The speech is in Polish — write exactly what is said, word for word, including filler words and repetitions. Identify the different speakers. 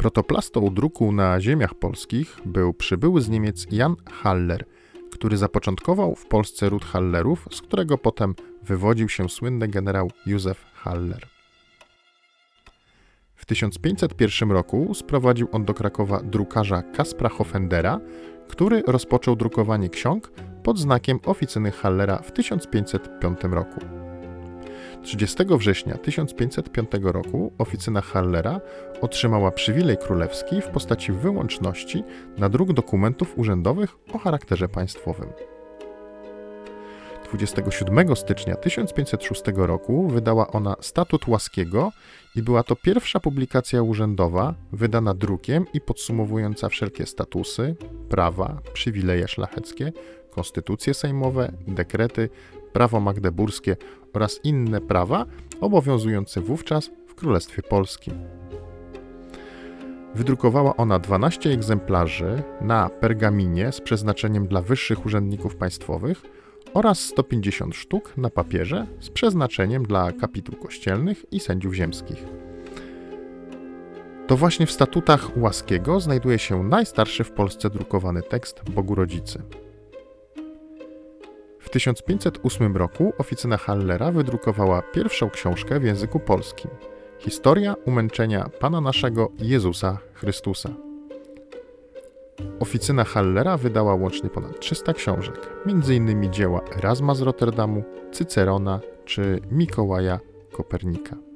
Speaker 1: Protoplastą druku na ziemiach polskich był przybyły z Niemiec Jan Haller, który zapoczątkował w Polsce ród Hallerów, z którego potem wywodził się słynny generał Józef Haller. W tysiąc pięćset pierwszym roku sprowadził on do Krakowa drukarza Kaspra Hoffendera, który rozpoczął drukowanie ksiąg pod znakiem oficyny Hallera w tysiąc pięćset piątym roku. trzydziestego września tysiąc pięćset piątego roku oficyna Hallera otrzymała przywilej królewski w postaci wyłączności na druk dokumentów urzędowych o charakterze państwowym. dwudziestego siódmego stycznia tysiąc pięćset szóstego roku wydała ona Statut Łaskiego i była to pierwsza publikacja urzędowa wydana drukiem i podsumowująca wszelkie statusy, prawa, przywileje szlacheckie, konstytucje sejmowe, dekrety, prawo magdeburskie oraz inne prawa obowiązujące wówczas w Królestwie Polskim. Wydrukowała ona dwanaście egzemplarzy na pergaminie z przeznaczeniem dla wyższych urzędników państwowych oraz sto pięćdziesiąt sztuk na papierze z przeznaczeniem dla kapituł kościelnych i sędziów ziemskich. To właśnie w statutach Łaskiego znajduje się najstarszy w Polsce drukowany tekst Bogu Rodzicy. W tysiąc pięćset ósmym roku oficyna Hallera wydrukowała pierwszą książkę w języku polskim – Historia umęczenia Pana naszego Jezusa Chrystusa. Oficyna Hallera wydała łącznie ponad trzysta książek, między innymi dzieła Erasma z Rotterdamu, Cycerona czy Mikołaja Kopernika.